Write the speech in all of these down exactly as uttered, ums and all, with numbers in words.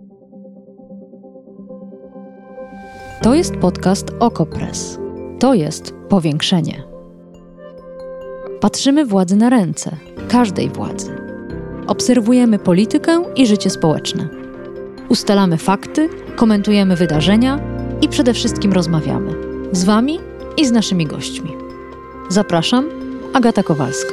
To jest podcast Okopres. To jest powiększenie. Patrzymy władzy na ręce, każdej władzy. Obserwujemy politykę i życie społeczne. Ustalamy fakty, komentujemy wydarzenia i przede wszystkim rozmawiamy. Z Wami i z naszymi gośćmi. Zapraszam, Agata Kowalska.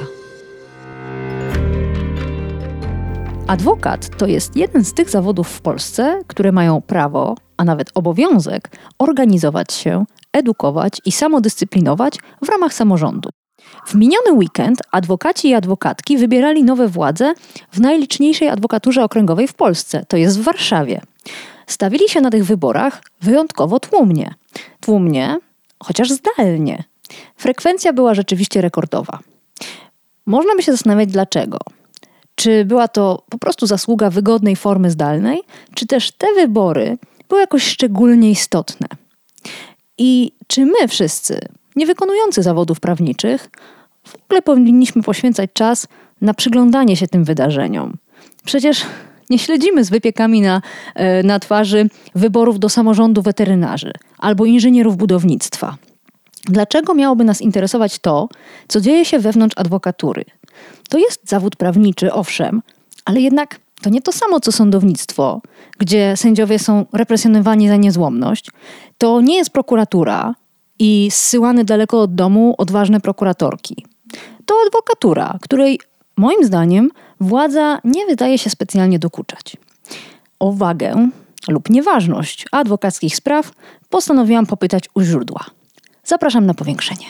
Adwokat to jest jeden z tych zawodów w Polsce, które mają prawo, a nawet obowiązek, organizować się, edukować i samodyscyplinować w ramach samorządu. W miniony weekend adwokaci i adwokatki wybierali nowe władze w najliczniejszej adwokaturze okręgowej w Polsce, to jest w Warszawie. Stawili się na tych wyborach wyjątkowo tłumnie. Tłumnie, chociaż zdalnie. Frekwencja była rzeczywiście rekordowa. Można by się zastanawiać dlaczego. Czy była to po prostu zasługa wygodnej formy zdalnej, czy też te wybory były jakoś szczególnie istotne? I czy my wszyscy, nie wykonujący zawodów prawniczych, w ogóle powinniśmy poświęcać czas na przyglądanie się tym wydarzeniom? Przecież nie śledzimy z wypiekami na, na twarzy wyborów do samorządu weterynarzy albo inżynierów budownictwa. Dlaczego miałoby nas interesować to, co dzieje się wewnątrz adwokatury? To jest zawód prawniczy, owszem, ale jednak to nie to samo, co sądownictwo, gdzie sędziowie są represjonowani za niezłomność. To nie jest prokuratura i zsyłane daleko od domu odważne prokuratorki. To adwokatura, której moim zdaniem władza nie wydaje się specjalnie dokuczać. O wagę lub nieważność adwokackich spraw postanowiłam popytać u źródła. Zapraszam na powiększenie.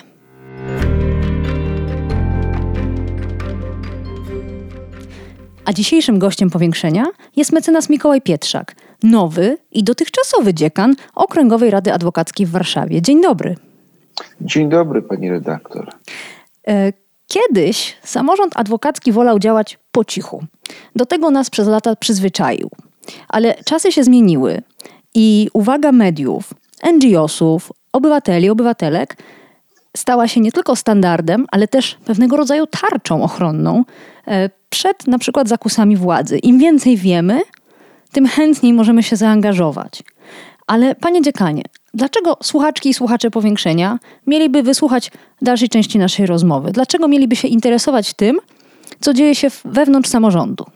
A dzisiejszym gościem powiększenia jest mecenas Mikołaj Pietrzak, nowy i dotychczasowy dziekan Okręgowej Rady Adwokackiej w Warszawie. Dzień dobry. Dzień dobry, pani redaktor. Kiedyś samorząd adwokacki wolał działać po cichu. Do tego nas przez lata przyzwyczaił. Ale czasy się zmieniły i uwaga mediów, en dżi osów, obywateli, obywatelek stała się nie tylko standardem, ale też pewnego rodzaju tarczą ochronną przed na przykład zakusami władzy. Im więcej wiemy, tym chętniej możemy się zaangażować. Ale panie dziekanie, dlaczego słuchaczki i słuchacze powiększenia mieliby wysłuchać dalszej części naszej rozmowy? Dlaczego mieliby się interesować tym, co dzieje się wewnątrz samorządu?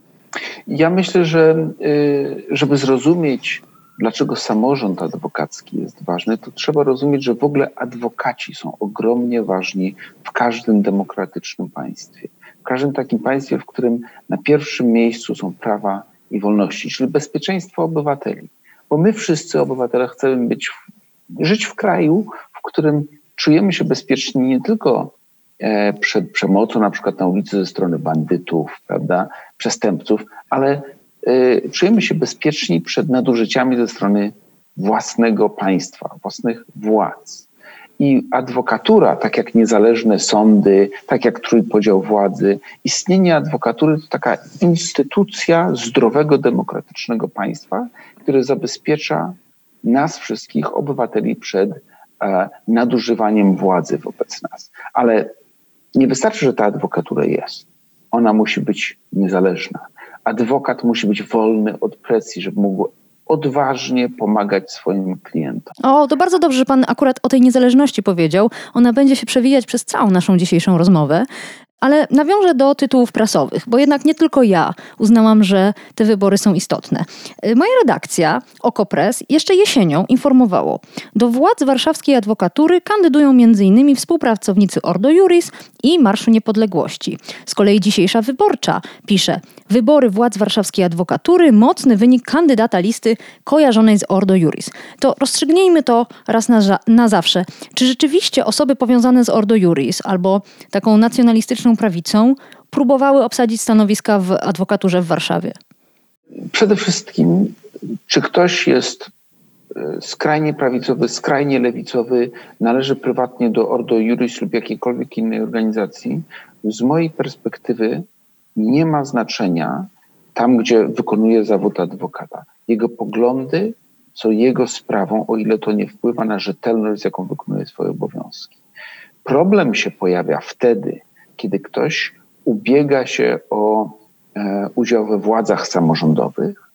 Ja myślę, że żeby zrozumieć, dlaczego samorząd adwokacki jest ważny, to trzeba rozumieć, że w ogóle adwokaci są ogromnie ważni w każdym demokratycznym państwie. W każdym takim państwie, w którym na pierwszym miejscu są prawa i wolności, czyli bezpieczeństwo obywateli. Bo my wszyscy obywatele chcemy być, żyć w kraju, w którym czujemy się bezpieczni nie tylko przed przemocą, na przykład na ulicy ze strony bandytów, prawda, przestępców, ale y, czujemy się bezpieczni przed nadużyciami ze strony własnego państwa, własnych władz. I adwokatura, tak jak niezależne sądy, tak jak trójpodział władzy, istnienie adwokatury to taka instytucja zdrowego, demokratycznego państwa, które zabezpiecza nas wszystkich, obywateli, przed e, nadużywaniem władzy wobec nas. Ale nie wystarczy, że ta adwokatura jest. Ona musi być niezależna. Adwokat musi być wolny od presji, żeby mógł odważnie pomagać swoim klientom. O, to bardzo dobrze, że pan akurat o tej niezależności powiedział. Ona będzie się przewijać przez całą naszą dzisiejszą rozmowę. Ale nawiążę do tytułów prasowych, bo jednak nie tylko ja uznałam, że te wybory są istotne. Moja redakcja, Okopres, jeszcze jesienią informowało, do władz warszawskiej adwokatury kandydują między innymi współpracownicy Ordo Iuris i Marszu Niepodległości. Z kolei dzisiejsza Wyborcza pisze, wybory władz warszawskiej adwokatury, mocny wynik kandydata listy kojarzonej z Ordo Iuris. To rozstrzygnijmy to raz na, na zawsze. Czy rzeczywiście osoby powiązane z Ordo Iuris albo taką nacjonalistyczną prawicą próbowały obsadzić stanowiska w adwokaturze w Warszawie? Przede wszystkim, czy ktoś jest skrajnie prawicowy, skrajnie lewicowy, należy prywatnie do Ordo Iuris lub jakiejkolwiek innej organizacji, z mojej perspektywy nie ma znaczenia tam, gdzie wykonuje zawód adwokata. Jego poglądy są jego sprawą, o ile to nie wpływa na rzetelność, z jaką wykonuje swoje obowiązki. Problem się pojawia wtedy, kiedy ktoś ubiega się o e, udział we władzach samorządowych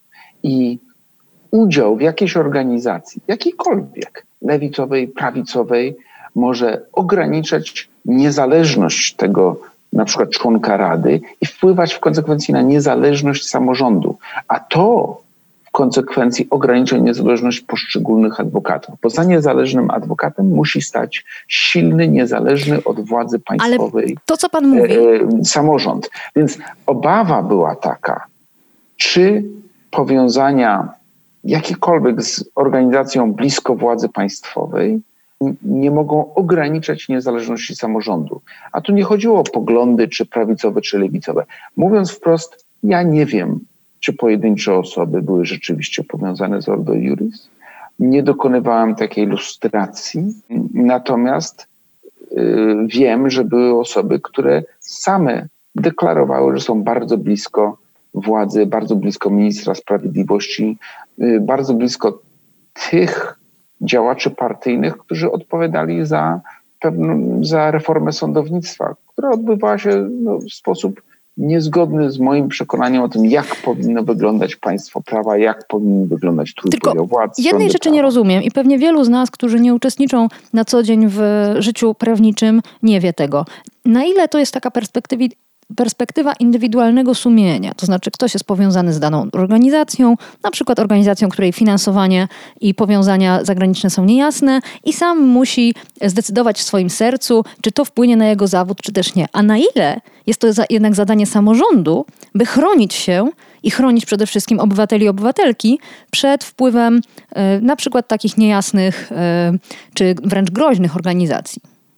i udział w jakiejś organizacji, jakiejkolwiek, lewicowej, prawicowej, może ograniczać niezależność tego na przykład członka rady i wpływać w konsekwencji na niezależność samorządu. A to w konsekwencji ogranicza niezależność poszczególnych adwokatów. Bo za niezależnym adwokatem musi stać silny, niezależny od władzy państwowej Ale to, co pan mówi, e, samorząd. Więc obawa była taka, czy powiązania jakiekolwiek z organizacją blisko władzy państwowej nie mogą ograniczać niezależności samorządu. A tu nie chodziło o poglądy, czy prawicowe, czy lewicowe. Mówiąc wprost, ja nie wiem, czy pojedyncze osoby były rzeczywiście powiązane z Ordo Iuris. Nie dokonywałem takiej lustracji, natomiast yy, wiem, że były osoby, które same deklarowały, że są bardzo blisko władzy, bardzo blisko ministra sprawiedliwości, yy, bardzo blisko tych działaczy partyjnych, którzy odpowiadali za pewną, za reformę sądownictwa, która odbywała się no, w sposób niezgodny z moim przekonaniem o tym, jak powinno wyglądać państwo prawa, jak powinien wyglądać trójpodział władz. Jednej rzeczy prawa. nie rozumiem i pewnie wielu z nas, którzy nie uczestniczą na co dzień w życiu prawniczym, nie wie tego. Na ile to jest taka perspektywa, perspektywa indywidualnego sumienia, to znaczy ktoś jest powiązany z daną organizacją, na przykład organizacją, której finansowanie i powiązania zagraniczne są niejasne i sam musi zdecydować w swoim sercu, czy to wpłynie na jego zawód, czy też nie. A na ile jest to za, jednak zadanie samorządu, by chronić się i chronić przede wszystkim obywateli i obywatelki przed wpływem y, na przykład takich niejasnych y, czy wręcz groźnych organizacji.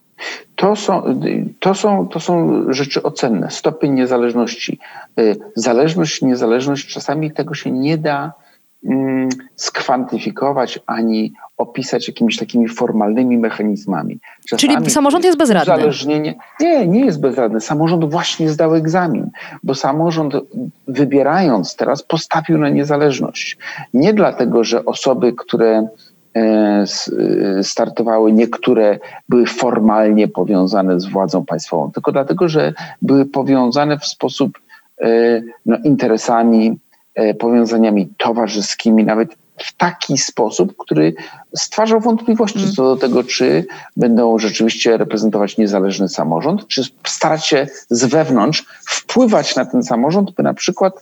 To są, to, są, to są rzeczy ocenne. Stopień niezależności. Zależność, niezależność, czasami tego się nie da mm, skwantyfikować ani opisać jakimiś takimi formalnymi mechanizmami. Czasami Czyli samorząd jest bezradny? Uzależnienie, nie, nie jest bezradny. Samorząd właśnie zdał egzamin, bo samorząd wybierając teraz postawił na niezależność. Nie dlatego, że osoby, które startowały, niektóre były formalnie powiązane z władzą państwową, tylko dlatego, że były powiązane w sposób no, interesami, powiązaniami towarzyskimi, nawet w taki sposób, który stwarzał wątpliwości co do tego, czy będą rzeczywiście reprezentować niezależny samorząd, czy starać się z wewnątrz wpływać na ten samorząd, by na przykład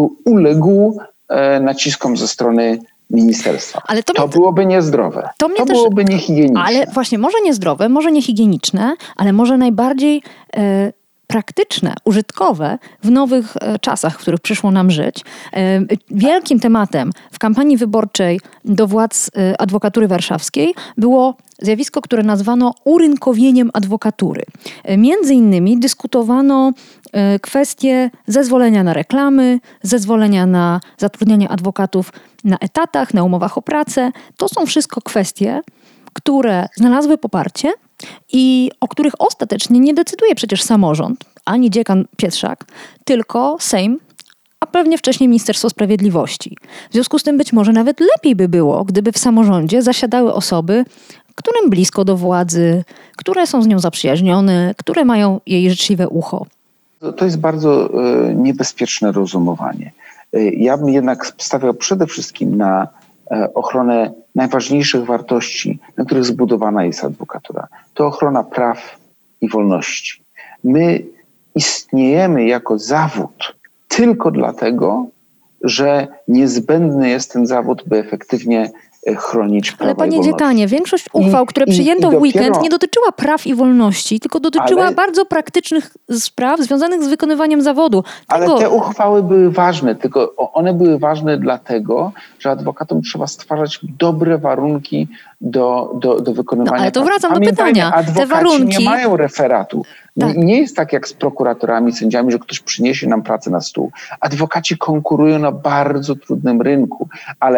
uległ naciskom ze strony ministerstwa. Ale to, to mnie, byłoby niezdrowe. To, to też, byłoby niehigieniczne. Ale właśnie może niezdrowe, może niehigieniczne, ale może najbardziej e, praktyczne, użytkowe w nowych e, czasach, w których przyszło nam żyć. E, wielkim tematem w kampanii wyborczej do władz e, adwokatury warszawskiej było zjawisko, które nazwano urynkowieniem adwokatury. E, między innymi dyskutowano e, kwestie zezwolenia na reklamy, zezwolenia na zatrudnianie adwokatów na etatach, na umowach o pracę. To są wszystko kwestie, które znalazły poparcie i o których ostatecznie nie decyduje przecież samorząd, ani dziekan Pietrzak, tylko Sejm, a pewnie wcześniej Ministerstwo Sprawiedliwości. W związku z tym być może nawet lepiej by było, gdyby w samorządzie zasiadały osoby, którym blisko do władzy, które są z nią zaprzyjaźnione, które mają jej życzliwe ucho. To jest bardzo y, niebezpieczne rozumowanie. Y, ja bym jednak stawiał przede wszystkim na y, ochronę najważniejszych wartości, na których zbudowana jest adwokatura. To ochrona praw i wolności. My istniejemy jako zawód tylko dlatego, że niezbędny jest ten zawód, by efektywnie chronić prawa. Ale panie i wolności. dziekanie, większość uchwał, I, które i, przyjęto i dopiero, w weekend, nie dotyczyła praw i wolności, tylko dotyczyła ale, bardzo praktycznych spraw związanych z wykonywaniem zawodu. Ale Tego... te uchwały były ważne, tylko one były ważne dlatego, że adwokatom trzeba stwarzać dobre warunki do, do, do wykonywania no, ale to pracy. wracam do Pamiętajmy, pytania. Adwokaci te warunki... nie mają referatu. Tak. Nie jest tak jak z prokuratorami, sędziami, że ktoś przyniesie nam pracę na stół. Adwokaci konkurują na bardzo trudnym rynku, ale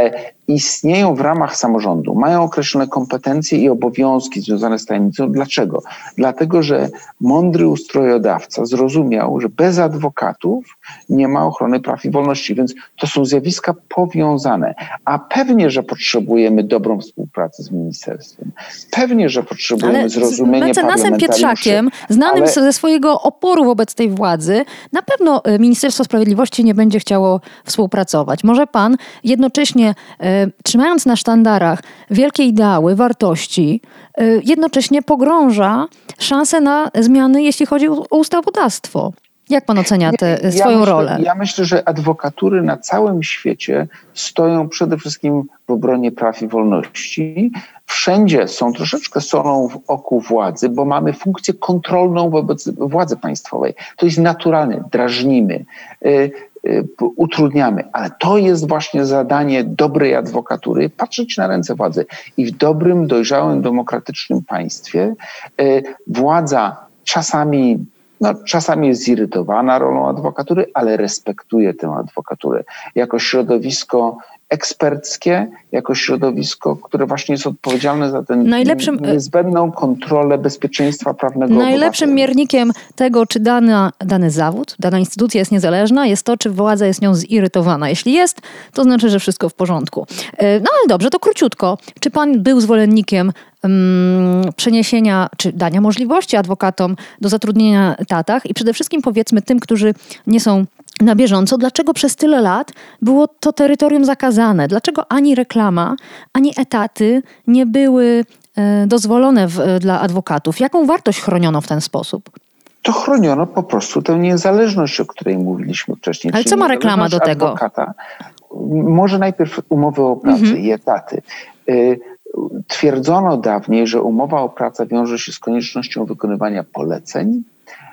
istnieją w ramach samorządu, mają określone kompetencje i obowiązki związane z tajemnicą. Dlaczego? Dlatego, że mądry ustrojodawca zrozumiał, że bez adwokatów nie ma ochrony praw i wolności, więc to są zjawiska powiązane. A pewnie, że potrzebujemy dobrą współpracę z ministerstwem. Pewnie, że potrzebujemy ale zrozumienia mecenasem Pietrzakiem, znanym ale... ze swojego oporu wobec tej władzy, na pewno Ministerstwo Sprawiedliwości nie będzie chciało współpracować. Może pan jednocześnie, e, trzymając na sztandarach wielkie ideały, wartości, e, jednocześnie pogrąża szansę na zmiany, jeśli chodzi o ustawodawstwo. Jak pan ocenia tę ja swoją myślę, rolę? Ja myślę, że adwokatury na całym świecie stoją przede wszystkim w obronie praw i wolności. Wszędzie są troszeczkę solą w oku władzy, bo mamy funkcję kontrolną wobec władzy państwowej. To jest naturalne, drażnimy, y, y, utrudniamy, ale to jest właśnie zadanie dobrej adwokatury, patrzeć na ręce władzy. I w dobrym, dojrzałym, demokratycznym państwie y, władza czasami No, czasami jest zirytowana rolą adwokatury, ale respektuje tę adwokaturę jako środowisko eksperckie, jako środowisko, które właśnie jest odpowiedzialne za tę najlepszym, niezbędną kontrolę bezpieczeństwa prawnego. Najlepszym obywateli. Miernikiem tego, czy dana, dany zawód, dana instytucja jest niezależna, jest to, czy władza jest nią zirytowana. Jeśli jest, to znaczy, że wszystko w porządku. No ale dobrze, to króciutko. Czy pan był zwolennikiem um, przeniesienia, czy dania możliwości adwokatom do zatrudnienia na etatach i przede wszystkim powiedzmy tym, którzy nie są na bieżąco, dlaczego przez tyle lat było to terytorium zakazane? Dlaczego ani reklama, ani etaty nie były e, dozwolone w, dla adwokatów? Jaką wartość chroniono w ten sposób? To chroniono po prostu tę niezależność, o której mówiliśmy wcześniej. Ale co ma reklama do tego? Adwokata. Może najpierw umowy o pracę mhm. i etaty. Y, twierdzono dawniej, że umowa o pracę wiąże się z koniecznością wykonywania poleceń,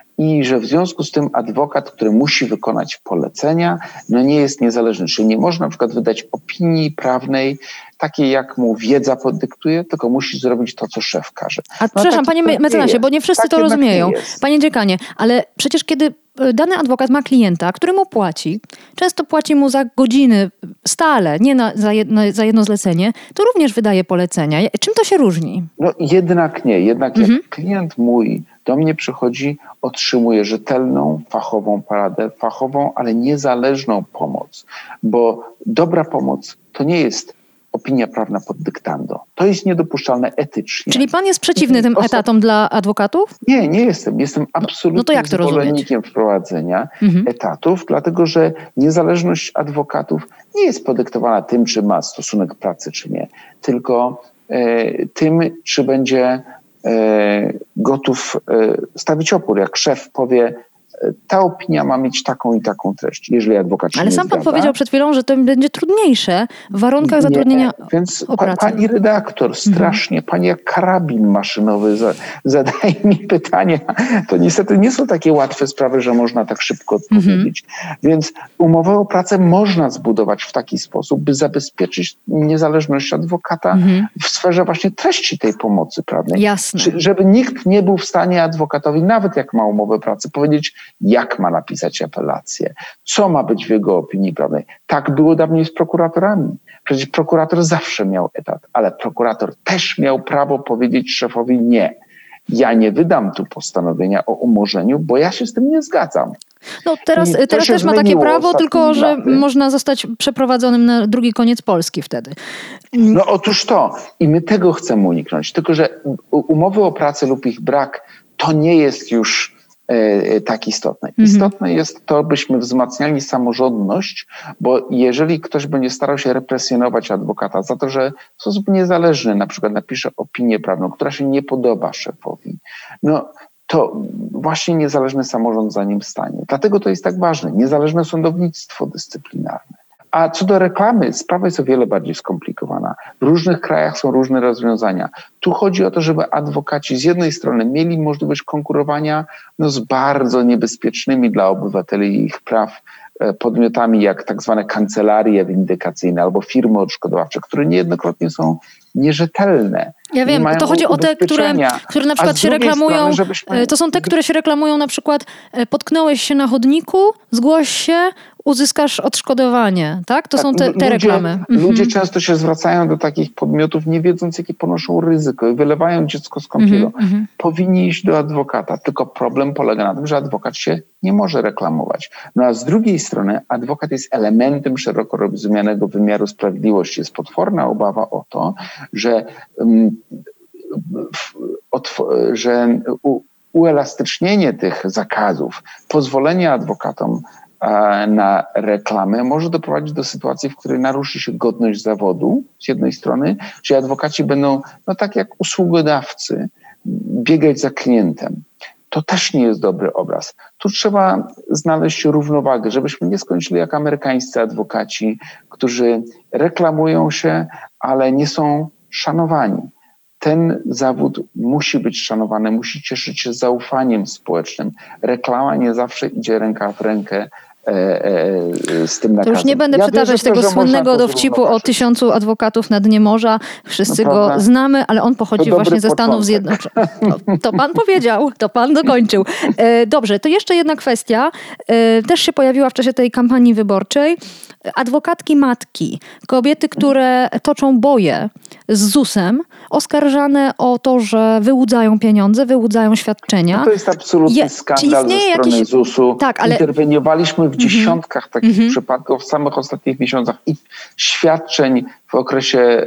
i że w związku z tym adwokat, który musi wykonać polecenia, no nie jest niezależny. Czyli nie można na przykład wydać opinii prawnej takiej, jak mu wiedza podyktuje, tylko musi zrobić to, co szef każe. A no, przepraszam, panie mecenasie, bo nie wszyscy tak to rozumieją. Panie dziekanie, ale przecież kiedy dany adwokat ma klienta, który mu płaci, często płaci mu za godziny stale, nie na, za, jedno, za jedno zlecenie, to również wydaje polecenia. Czym to się różni? No jednak nie. Jednak mhm. jak klient mój do mnie przychodzi, otrzymuje rzetelną, fachową paradę, fachową, ale niezależną pomoc. Bo dobra pomoc to nie jest opinia prawna pod dyktando. To jest niedopuszczalne etycznie. Czyli pan jest przeciwny tym etatom dla adwokatów? Nie, nie jestem. Jestem absolutnie no, no to jak to zwolennikiem wprowadzenia mhm. etatów, dlatego że niezależność adwokatów nie jest podyktowana tym, czy ma stosunek pracy, czy nie, tylko e, tym, czy będzie e, gotów e, stawić opór. Jak szef powie, ta opinia ma mieć taką i taką treść, jeżeli adwokat się Ale nie sam pan zgadza. powiedział przed chwilą, że to będzie trudniejsze w warunkach zatrudnienia nie, więc o pracę. Pani redaktor, strasznie, mhm. pani jak karabin maszynowy za, zadaje mi pytania. To niestety nie są takie łatwe sprawy, że można tak szybko odpowiedzieć. Mhm. Więc umowę o pracę można zbudować w taki sposób, by zabezpieczyć niezależność adwokata mhm. w sferze właśnie treści tej pomocy prawnej. Jasne. Czy, żeby nikt nie był w stanie adwokatowi, nawet jak ma umowę pracy, powiedzieć, jak ma napisać apelację, co ma być w jego opinii prawnej. Tak było dawniej z prokuratorami. Przecież prokurator zawsze miał etat, ale prokurator też miał prawo powiedzieć szefowi nie. Ja nie wydam tu postanowienia o umorzeniu, bo ja się z tym nie zgadzam. No teraz, teraz też ma takie prawo, tylko że laty. Można zostać przeprowadzonym na drugi koniec Polski wtedy. No otóż to. I my tego chcemy uniknąć. Tylko że umowy o pracę lub ich brak to nie jest już tak istotne. Istotne mhm. jest to, byśmy wzmacniali samorządność, bo jeżeli ktoś będzie starał się represjonować adwokata za to, że w sposób niezależny na przykład napisze opinię prawną, która się nie podoba szefowi, no to właśnie niezależny samorząd za nim stanie. Dlatego to jest tak ważne. Niezależne sądownictwo dyscyplinarne. A co do reklamy, sprawa jest o wiele bardziej skomplikowana. W różnych krajach są różne rozwiązania. Tu chodzi o to, żeby adwokaci z jednej strony mieli możliwość konkurowania no, z bardzo niebezpiecznymi dla obywateli i ich praw podmiotami, jak tak zwane kancelarie windykacyjne albo firmy odszkodowawcze, które niejednokrotnie są nierzetelne. Ja wiem, to chodzi o te, które, które na przykład się reklamują, strony, to są te, które się reklamują na przykład potknąłeś się na chodniku, zgłoś się, uzyskasz odszkodowanie, tak? To tak, są te, te ludzie, reklamy. Ludzie mhm. często się zwracają do takich podmiotów, nie wiedząc, jakie ponoszą ryzyko i wylewają dziecko z kąpielą. Mhm, Powinni iść do adwokata, tylko problem polega na tym, że adwokat się nie może reklamować. No a z drugiej strony adwokat jest elementem szeroko rozumianego wymiaru sprawiedliwości. Jest potworna obawa o to, że, um, że u, uelastycznienie tych zakazów, pozwolenie adwokatom na reklamę może doprowadzić do sytuacji, w której naruszy się godność zawodu z jednej strony, czyli adwokaci będą, no tak jak usługodawcy, biegać za klientem. To też nie jest dobry obraz. Tu trzeba znaleźć równowagę, żebyśmy nie skończyli jak amerykańscy adwokaci, którzy reklamują się, ale nie są szanowani. Ten zawód musi być szanowany, musi cieszyć się zaufaniem społecznym. Reklama nie zawsze idzie ręka w rękę z tym nakazem. To już nie będę ja przytaczać tego to, słynnego dowcipu o tysiącu adwokatów na dnie morza. Wszyscy no, go znamy, ale on pochodzi właśnie ze Stanów Zjednoczonych. No, to pan powiedział, to pan dokończył. Dobrze, to jeszcze jedna kwestia. Też się pojawiła w czasie tej kampanii wyborczej. Adwokatki matki, kobiety, które toczą boje z ZUS-em, oskarżane o to, że wyłudzają pieniądze, wyłudzają świadczenia. No to jest absolutny Je, skandal ze strony jakiś... ZUS-u. Tak, ale... Interweniowaliśmy w dziesiątkach mm-hmm. takich mm-hmm. przypadków w samych ostatnich miesiącach i świadczeń w okresie,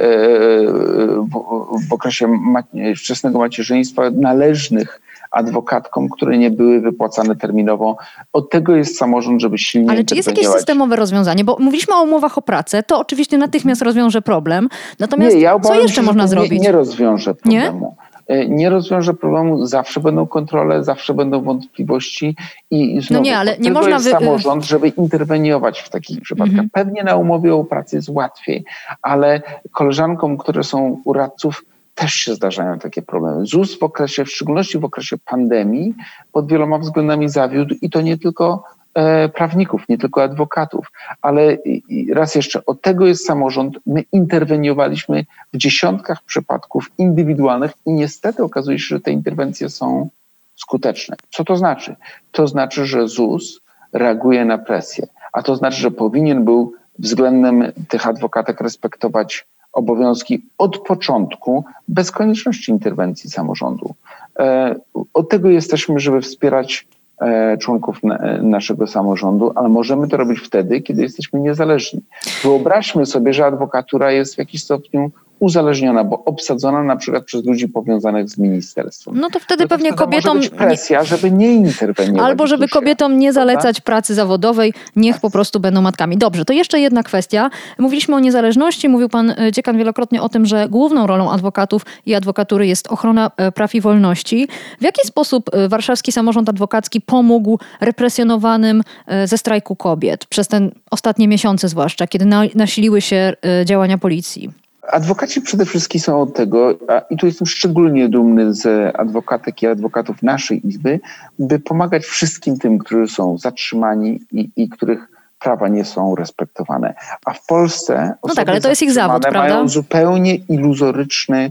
w okresie wczesnego macierzyństwa należnych adwokatkom, które nie były wypłacane terminowo. Od tego jest samorząd, żeby silnie Ale czy jest jakieś systemowe rozwiązanie? Bo mówiliśmy o umowach o pracę, to oczywiście natychmiast rozwiąże problem. Natomiast nie, ja co jeszcze się, można nie, zrobić? Nie rozwiąże problemu. Nie? Nie rozwiąże problemu, zawsze będą kontrole, zawsze będą wątpliwości i znowu, no nie, ale nie można jest wy... samorząd, żeby interweniować w takich przypadkach. Mhm. Pewnie na umowie o pracy jest łatwiej, ale koleżankom, które są u radców, też się zdarzają takie problemy. ZUS w okresie, w szczególności w okresie pandemii, pod wieloma względami zawiódł i to nie tylko e, prawników, nie tylko adwokatów, ale i, raz jeszcze, od tego jest samorząd. My interweniowaliśmy w dziesiątkach przypadków indywidualnych i niestety okazuje się, że te interwencje są skuteczne. Co to znaczy? To znaczy, że ZUS reaguje na presję, a to znaczy, że powinien był względem tych adwokatek respektować obowiązki od początku, bez konieczności interwencji samorządu. Od tego jesteśmy, żeby wspierać członków naszego samorządu, ale możemy to robić wtedy, kiedy jesteśmy niezależni. Wyobraźmy sobie, że adwokatura jest w jakiś stopniu uzależniona, bo obsadzona na przykład przez ludzi powiązanych z ministerstwem. No to wtedy no to pewnie wtedy kobietom... może być presja, żeby nie interweniować. Albo żeby kobietom nie zalecać pracy zawodowej, niech po prostu będą matkami. Dobrze, to jeszcze jedna kwestia. Mówiliśmy o niezależności, mówił pan dziekan wielokrotnie o tym, że główną rolą adwokatów i adwokatury jest ochrona praw i wolności. W jaki sposób warszawski samorząd adwokacki pomógł represjonowanym ze strajku kobiet przez te ostatnie miesiące zwłaszcza, kiedy nasiliły się działania policji? Adwokaci przede wszystkim są od tego, a, i tu jestem szczególnie dumny z adwokatek i adwokatów naszej Izby, by pomagać wszystkim tym, którzy są zatrzymani i, i których prawa nie są respektowane. A w Polsce no tak, ale to jest ich zawód, prawda? Mają zupełnie iluzoryczny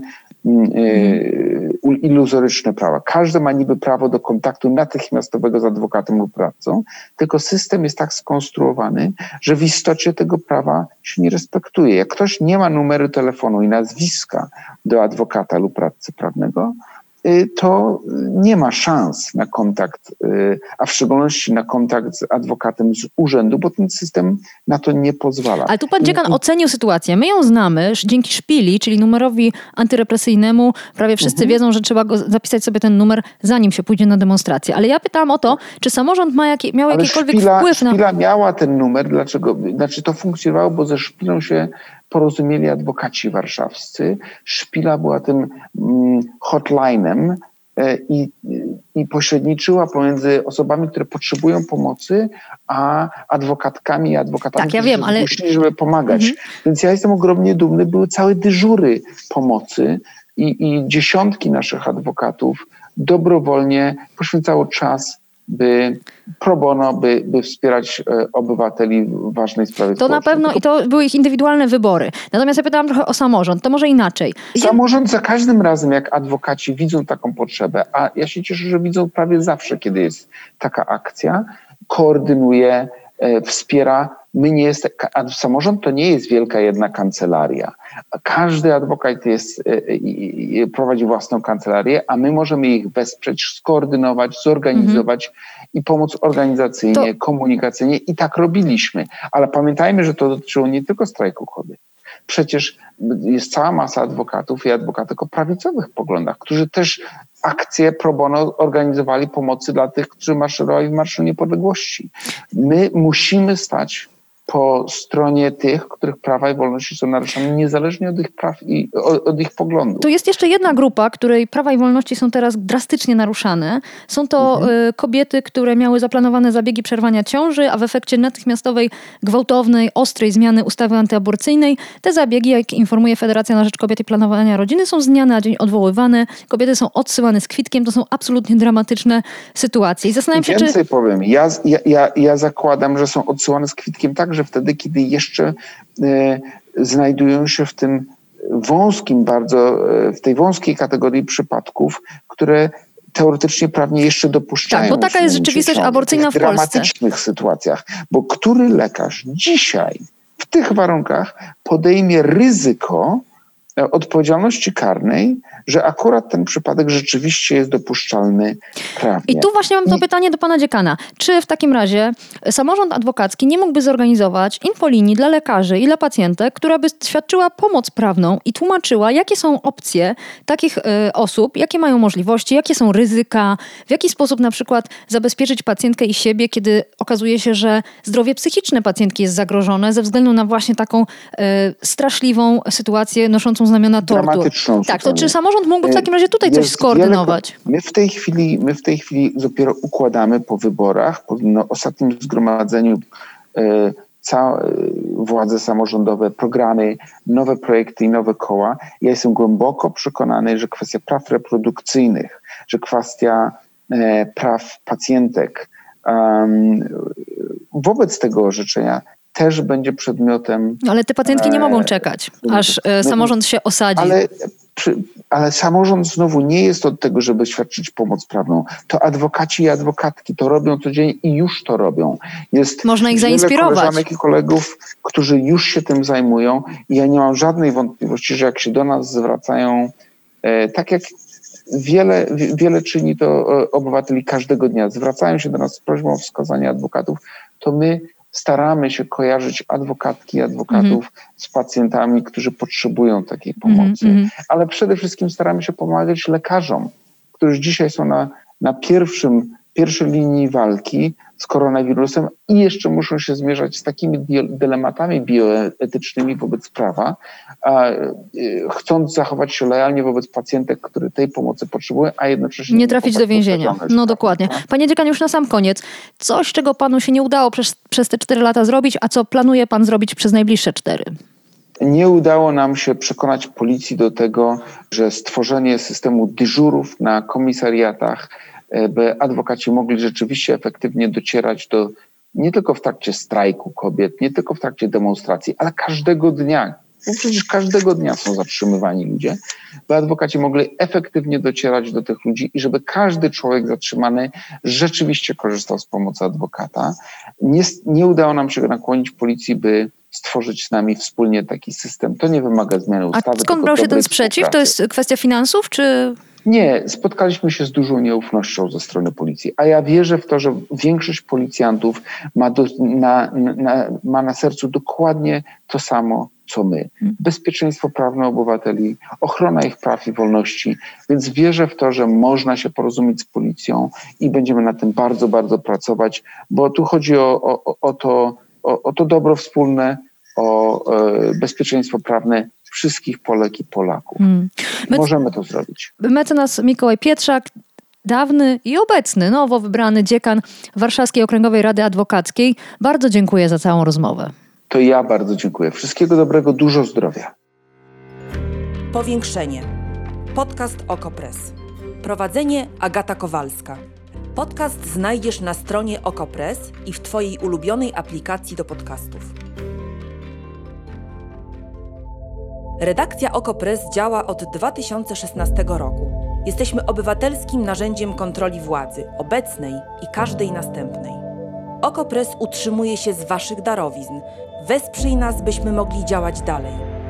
Yy, iluzoryczne prawa. Każdy ma niby prawo do kontaktu natychmiastowego z adwokatem lub radcą, tylko system jest tak skonstruowany, że w istocie tego prawa się nie respektuje. Jak ktoś nie ma numeru telefonu i nazwiska do adwokata lub radcy prawnego, to nie ma szans na kontakt, a w szczególności na kontakt z adwokatem z urzędu, bo ten system na to nie pozwala. Ale tu pan dziekan I, ocenił sytuację. My ją znamy dzięki szpili, czyli numerowi antyrepresyjnemu. Prawie wszyscy uh-huh. wiedzą, że trzeba go zapisać sobie ten numer, zanim się pójdzie na demonstrację. Ale ja pytałam o to, czy samorząd ma jakie, miał Ale jakikolwiek szpila, wpływ na... Szpila miała ten numer. Dlaczego? Znaczy to funkcjonowało, bo ze szpilą się porozumieli adwokaci warszawscy. Szpila była tym mm, hotline'em e, i, i pośredniczyła pomiędzy osobami, które potrzebują pomocy, a adwokatkami i adwokatami, tak, ja którzy wiem, ale... zmusili, żeby pomagać. Mhm. Więc ja jestem ogromnie dumny. Były całe dyżury pomocy i, i dziesiątki naszych adwokatów dobrowolnie poświęcało czas, by pro bono, by, by wspierać e, obywateli w ważnej sprawie To na pewno i to były ich indywidualne wybory. Natomiast ja pytałam trochę o samorząd, to może inaczej. Samorząd za każdym razem, jak adwokaci widzą taką potrzebę, a ja się cieszę, że widzą prawie zawsze, kiedy jest taka akcja, koordynuje wspiera. My nie jest, samorząd to nie jest wielka jedna kancelaria. Każdy adwokat jest, prowadzi własną kancelarię, a my możemy ich wesprzeć, skoordynować, zorganizować mhm. i pomóc organizacyjnie, to... komunikacyjnie i tak robiliśmy. Ale pamiętajmy, że to dotyczyło nie tylko strajku kobiet. Przecież jest cała masa adwokatów i adwokatek o prawicowych poglądach, którzy też akcje pro bono organizowali pomocy dla tych, którzy maszerowali w Marszu Niepodległości. My musimy stać po stronie tych, których prawa i wolności są naruszane, niezależnie od ich praw i od, od ich poglądów. To jest jeszcze jedna grupa, której prawa i wolności są teraz drastycznie naruszane. Są to mhm. y, kobiety, które miały zaplanowane zabiegi przerwania ciąży, a w efekcie natychmiastowej, gwałtownej, ostrej zmiany ustawy antyaborcyjnej te zabiegi, jak informuje Federacja na Rzecz Kobiety i Planowania Rodziny, są z dnia na dzień odwoływane. Kobiety są odsyłane z kwitkiem. To są absolutnie dramatyczne sytuacje. I zastanawiam się, Więcej czy... powiem. Ja, ja, ja, ja zakładam, że są odsyłane z kwitkiem także wtedy, kiedy jeszcze e, znajdują się w tym wąskim bardzo, e, w tej wąskiej kategorii przypadków, które teoretycznie prawnie jeszcze dopuszczają. Tak, bo taka jest rzeczywistość aborcyjna w, w Polsce. W dramatycznych sytuacjach. Bo który lekarz dzisiaj w tych warunkach podejmie ryzyko odpowiedzialności karnej, że akurat ten przypadek rzeczywiście jest dopuszczalny prawnie. I tu właśnie mam to I... pytanie do pana dziekana. Czy w takim razie samorząd adwokacki nie mógłby zorganizować infolinii dla lekarzy i dla pacjentek, która by świadczyła pomoc prawną i tłumaczyła, jakie są opcje takich y, osób, jakie mają możliwości, jakie są ryzyka, w jaki sposób na przykład zabezpieczyć pacjentkę i siebie, kiedy okazuje się, że zdrowie psychiczne pacjentki jest zagrożone ze względu na właśnie taką y, straszliwą sytuację noszącą znamiona tortur. Dramatyczną tak, to czy samorząd mógłby w takim razie tutaj coś skoordynować? Wiele, my w tej chwili, my w tej chwili dopiero układamy po wyborach, po no, ostatnim zgromadzeniu e, całe władze samorządowe, programy, nowe projekty i nowe koła. Ja jestem głęboko przekonany, że kwestia praw reprodukcyjnych, że kwestia e, praw pacjentek um, wobec tego orzeczenia też będzie przedmiotem... Ale te pacjentki nie mogą czekać, aż e, samorząd się osadzi. Ale, przy, ale samorząd znowu nie jest od tego, żeby świadczyć pomoc prawną. To adwokaci i adwokatki to robią codziennie i już to robią. Jest Można ich zainspirować. Koleżanek i kolegów, którzy już się tym zajmują i ja nie mam żadnej wątpliwości, że jak się do nas zwracają, e, tak jak wiele, wiele czyni to obywateli każdego dnia, zwracają się do nas z prośbą o wskazanie adwokatów, to my staramy się kojarzyć adwokatki i adwokatów mm-hmm. z pacjentami, którzy potrzebują takiej pomocy. Mm-hmm. Ale przede wszystkim staramy się pomagać lekarzom, którzy dzisiaj są na, na pierwszym, pierwszej linii walki z koronawirusem i jeszcze muszą się zmierzać z takimi dylematami bioetycznymi wobec prawa, a, y, chcąc zachować się lojalnie wobec pacjentek, które tej pomocy potrzebują, a jednocześnie... Nie trafić do więzienia. No dokładnie. Panie dziekanie, już na sam koniec. Coś, czego panu się nie udało przez, przez te cztery lata zrobić, a co planuje pan zrobić przez najbliższe cztery? Nie udało nam się przekonać policji do tego, że stworzenie systemu dyżurów na komisariatach, by adwokaci mogli rzeczywiście efektywnie docierać do, nie tylko w trakcie strajku kobiet, nie tylko w trakcie demonstracji, ale każdego dnia, bo przecież każdego dnia są zatrzymywani ludzie, by adwokaci mogli efektywnie docierać do tych ludzi i żeby każdy człowiek zatrzymany rzeczywiście korzystał z pomocy adwokata. Nie, nie udało nam się nakłonić policji, by stworzyć z nami wspólnie taki system. To nie wymaga zmiany ustawy. A skąd brał się ten sprzeciw? To jest kwestia finansów, czy... Nie, spotkaliśmy się z dużą nieufnością ze strony policji, a ja wierzę w to, że większość policjantów ma, do, na, na, ma na sercu dokładnie to samo, co my. Bezpieczeństwo prawne obywateli, ochrona ich praw i wolności, więc wierzę w to, że można się porozumieć z policją i będziemy na tym bardzo, bardzo pracować, bo tu chodzi o, o, o, to, o, o to dobro wspólne, o e, bezpieczeństwo prawne wszystkich Polek i Polaków. Hmm. Mec- Możemy to zrobić. Mecenas Mikołaj Pietrzak, dawny i obecny, nowo wybrany dziekan Warszawskiej Okręgowej Rady Adwokackiej. Bardzo dziękuję za całą rozmowę. To ja bardzo dziękuję. Wszystkiego dobrego, dużo zdrowia. Powiększenie. Podcast OKO.press. Prowadzenie Agata Kowalska. Podcast znajdziesz na stronie OKO.press i w twojej ulubionej aplikacji do podcastów. Redakcja OKO.press działa od dwa tysiące szesnastego roku. Jesteśmy obywatelskim narzędziem kontroli władzy, obecnej i każdej następnej. OKO.press utrzymuje się z Waszych darowizn. Wesprzyj nas, byśmy mogli działać dalej.